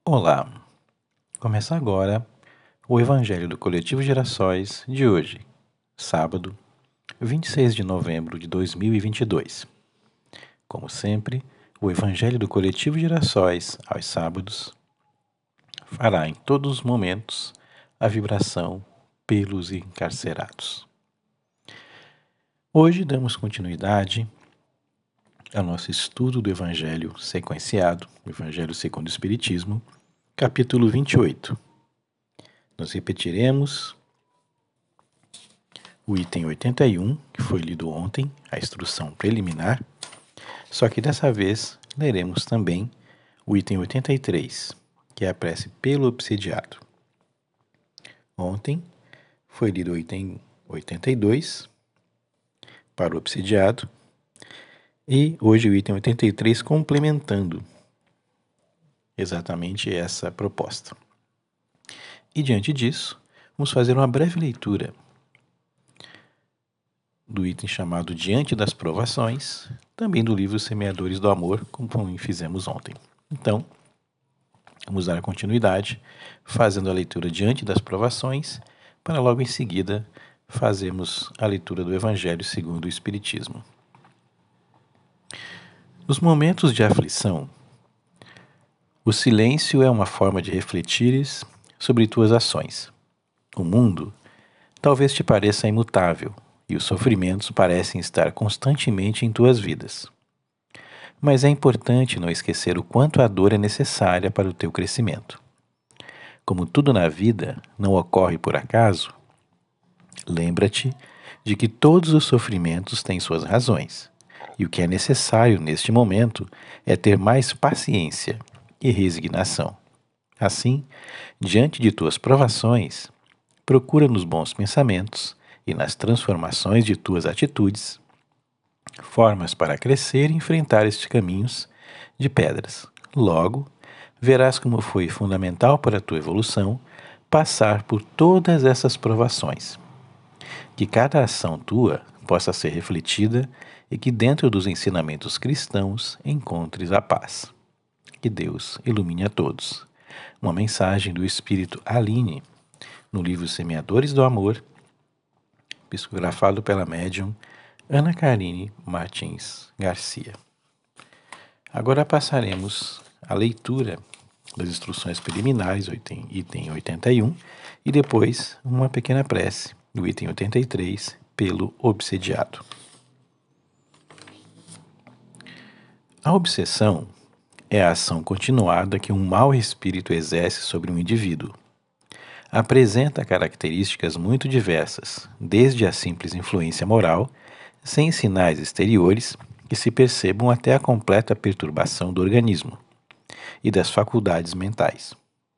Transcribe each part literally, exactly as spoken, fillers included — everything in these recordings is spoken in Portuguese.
Olá! Começa agora o Evangelho do Coletivo Girassóis de hoje, sábado, vinte e seis de novembro de dois mil e vinte e dois. Como sempre, o Evangelho do Coletivo Girassóis, aos sábados, fará em todos os momentos a vibração pelos encarcerados. Hoje damos continuidade ao nosso estudo do Evangelho sequenciado, o Evangelho segundo o Espiritismo, capítulo vinte e oito. Nós repetiremos o item oitenta e um, que foi lido ontem, a instrução preliminar, só que dessa vez leremos também o item oitenta e três, que é a prece pelo obsidiado. Ontem foi lido o item oitenta e dois, para o obsidiado, e hoje o item oitenta e três complementando exatamente essa proposta. E diante disso, vamos fazer uma breve leitura do item chamado Diante das Provações, também do livro Semeadores do Amor, como fizemos ontem. Então, vamos dar continuidade, fazendo a leitura Diante das Provações, para logo em seguida fazermos a leitura do Evangelho segundo o Espiritismo. Nos momentos de aflição, o silêncio é uma forma de refletires sobre tuas ações. O mundo talvez te pareça imutável e os sofrimentos parecem estar constantemente em tuas vidas. Mas é importante não esquecer o quanto a dor é necessária para o teu crescimento. Como tudo na vida não ocorre por acaso, lembra-te de que todos os sofrimentos têm suas razões, e o que é necessário neste momento é ter mais paciência e resignação. Assim, diante de tuas provações, procura nos bons pensamentos e nas transformações de tuas atitudes formas para crescer e enfrentar estes caminhos de pedras. Logo, verás como foi fundamental para a tua evolução passar por todas essas provações. Que cada ação tua possa ser refletida e que dentro dos ensinamentos cristãos encontres a paz. Que Deus ilumine a todos. Uma mensagem do Espírito Aline, no livro Semeadores do Amor, psicografado pela médium Ana Karine Martins Garcia. Agora passaremos à leitura das instruções preliminares, item oitenta e um, e depois uma pequena prece, do item oitenta e três, pelo obsediado. A obsessão é a ação continuada que um mau espírito exerce sobre um indivíduo. Apresenta características muito diversas, desde a simples influência moral, sem sinais exteriores que se percebam, até a completa perturbação do organismo e das faculdades mentais.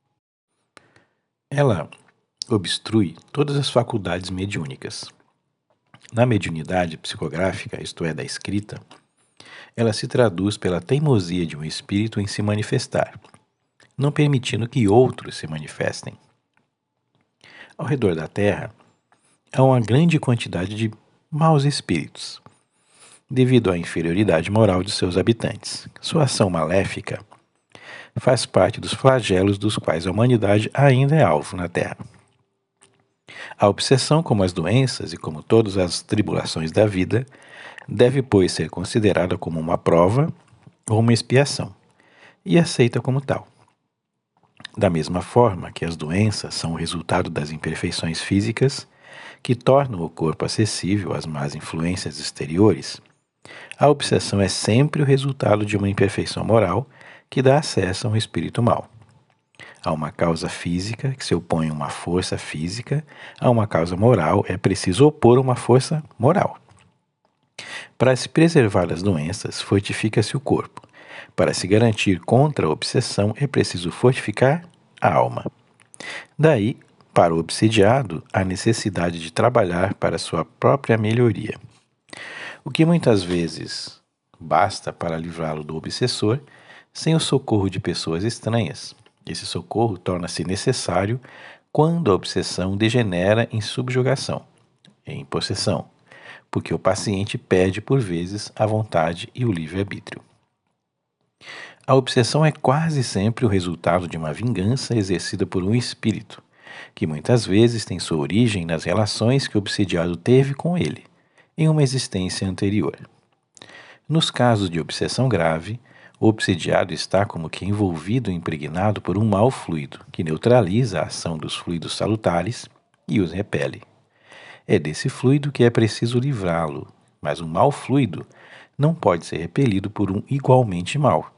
Ela obstrui todas as faculdades mediúnicas. Na mediunidade psicográfica, isto é, da escrita, ela se traduz pela teimosia de um espírito em se manifestar, não permitindo que outros se manifestem. Ao redor da Terra, há uma grande quantidade de maus espíritos, devido à inferioridade moral de seus habitantes. Sua ação maléfica faz parte dos flagelos dos quais a humanidade ainda é alvo na Terra. A obsessão, como as doenças e como todas as tribulações da vida, deve, pois, ser considerada como uma prova ou uma expiação, e aceita como tal. Da mesma forma que as doenças são o resultado das imperfeições físicas que tornam o corpo acessível às más influências exteriores, a obsessão é sempre o resultado de uma imperfeição moral que dá acesso a um espírito mau. Há uma causa física que se opõe a uma força física, a uma causa moral é preciso opor uma força moral. Para se preservar das doenças, fortifica-se o corpo. Para se garantir contra a obsessão, é preciso fortificar a alma. Daí, para o obsidiado, a necessidade de trabalhar para sua própria melhoria. O que muitas vezes basta para livrá-lo do obsessor, sem o socorro de pessoas estranhas. Esse socorro torna-se necessário quando a obsessão degenera em subjugação, em possessão, porque o paciente perde por vezes a vontade e o livre-arbítrio. A obsessão é quase sempre o resultado de uma vingança exercida por um espírito, que muitas vezes tem sua origem nas relações que o obsediado teve com ele, em uma existência anterior. Nos casos de obsessão grave, o obsediado está como que envolvido e impregnado por um mau fluido, que neutraliza a ação dos fluidos salutares e os repele. É desse fluido que é preciso livrá-lo, mas um mau fluido não pode ser repelido por um igualmente mau.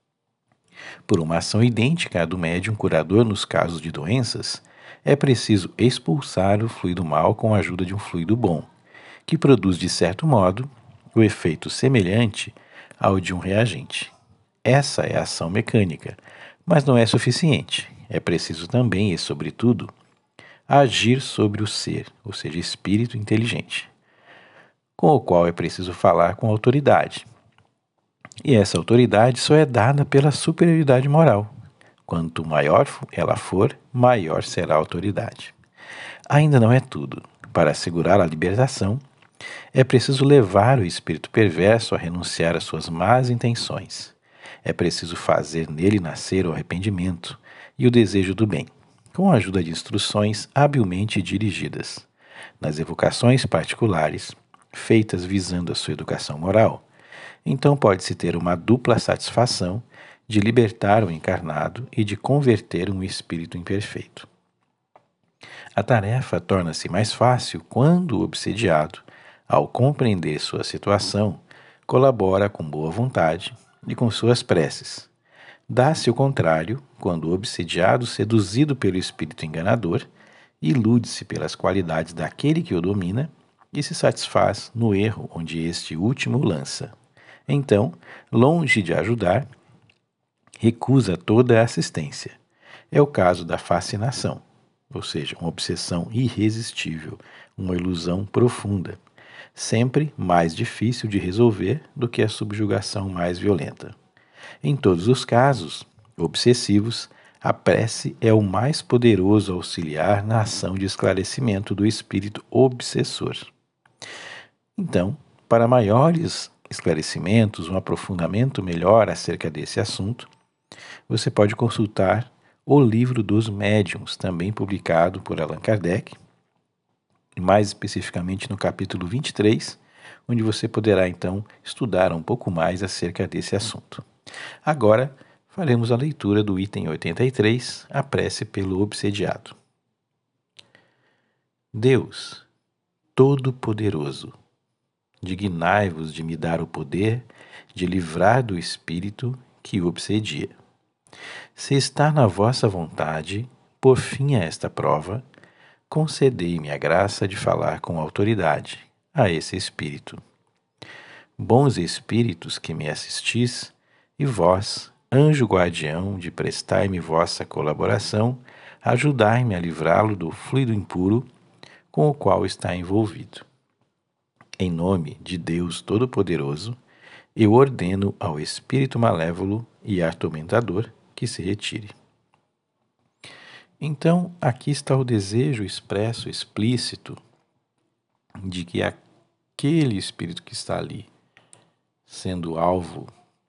Por uma ação idêntica à do médium curador nos casos de doenças, é preciso expulsar o fluido mau com a ajuda de um fluido bom, que produz, de certo modo, o efeito semelhante ao de um reagente. Essa é a ação mecânica, mas não é suficiente. É preciso também e, sobretudo, agir sobre o ser, ou seja, espírito inteligente, com o qual é preciso falar com autoridade. E essa autoridade só é dada pela superioridade moral. Quanto maior ela for, maior será a autoridade. Ainda não é tudo. Para assegurar a libertação, é preciso levar o espírito perverso a renunciar às suas más intenções. É preciso fazer nele nascer o arrependimento e o desejo do bem, com a ajuda de instruções habilmente dirigidas. Nas evocações particulares, feitas visando a sua educação moral, então pode-se ter uma dupla satisfação de libertar o encarnado e de converter um espírito imperfeito. A tarefa torna-se mais fácil quando o obsediado, ao compreender sua situação, colabora com boa vontade e com suas preces. Dá-se o contrário quando o obsediado, seduzido pelo espírito enganador, ilude-se pelas qualidades daquele que o domina e se satisfaz no erro onde este último lança. Então, longe de ajudar, recusa toda a assistência. É o caso da fascinação, ou seja, uma obsessão irresistível, uma ilusão profunda, sempre mais difícil de resolver do que a subjugação mais violenta. Em todos os casos obsessivos, a prece é o mais poderoso auxiliar na ação de esclarecimento do espírito obsessor. Então, para maiores esclarecimentos, um aprofundamento melhor acerca desse assunto, você pode consultar o Livro dos Médiuns, também publicado por Allan Kardec, mais especificamente no capítulo vinte e três, onde você poderá então estudar um pouco mais acerca desse assunto. Agora, faremos a leitura do item oitenta e três, a prece pelo obsediado. Deus, Todo-Poderoso, dignai-vos de me dar o poder de livrar do espírito que o obsedia. Se está na vossa vontade, por fim a esta prova, concedei-me a graça de falar com autoridade a esse espírito. Bons espíritos que me assistis, e vós, anjo guardião, de prestai-me vossa colaboração, ajudai-me a livrá-lo do fluido impuro com o qual está envolvido. Em nome de Deus Todo-Poderoso, eu ordeno ao espírito malévolo e atormentador que se retire. Então, aqui está o desejo expresso, explícito, de que aquele espírito que está ali, sendo alvo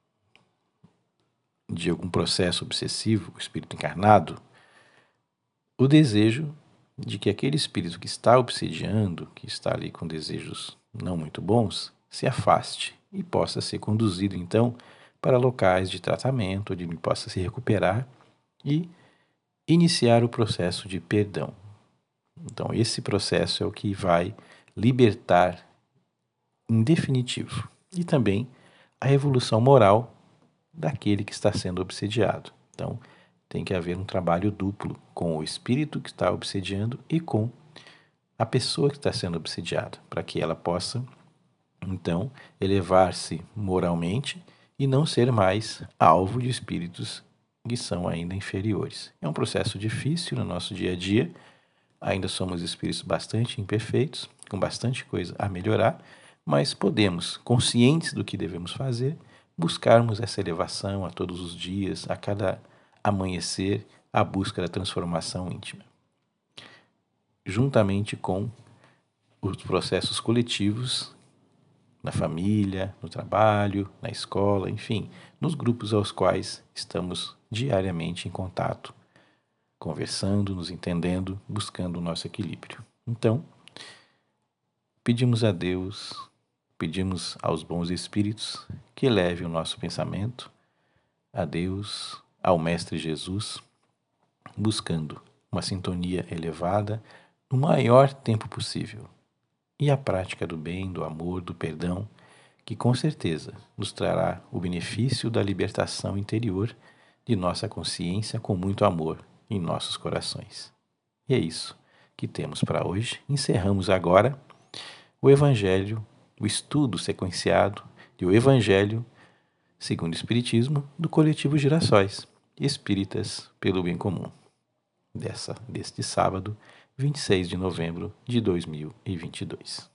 de algum processo obsessivo, o espírito encarnado, o desejo de que aquele espírito que está obsediando, que está ali com desejos não muito bons, se afaste e possa ser conduzido, então, para locais de tratamento, onde ele possa se recuperar e iniciar o processo de perdão. Então, esse processo é o que vai libertar em definitivo. E também a evolução moral daquele que está sendo obsediado. Então, tem que haver um trabalho duplo com o espírito que está obsediando e com a pessoa que está sendo obsediada, para que ela possa, então, elevar-se moralmente e não ser mais alvo de espíritos que são ainda inferiores. É um processo difícil no nosso dia a dia, ainda somos espíritos bastante imperfeitos, com bastante coisa a melhorar, mas podemos, conscientes do que devemos fazer, buscarmos essa elevação a todos os dias, a cada amanhecer, a busca da transformação íntima. Juntamente com os processos coletivos na família, no trabalho, na escola, enfim, nos grupos aos quais estamos diariamente em contato, conversando, nos entendendo, buscando o nosso equilíbrio. Então, pedimos a Deus, pedimos aos bons espíritos que eleve o nosso pensamento a Deus, ao Mestre Jesus, buscando uma sintonia elevada no maior tempo possível. E a prática do bem, do amor, do perdão, que com certeza nos trará o benefício da libertação interior de nossa consciência com muito amor em nossos corações. E é isso que temos para hoje. Encerramos agora o Evangelho, o estudo sequenciado do Evangelho segundo o Espiritismo do Coletivo Girassóis, Espíritas pelo Bem Comum, dessa, deste sábado, vinte e seis de novembro de dois mil e vinte e dois.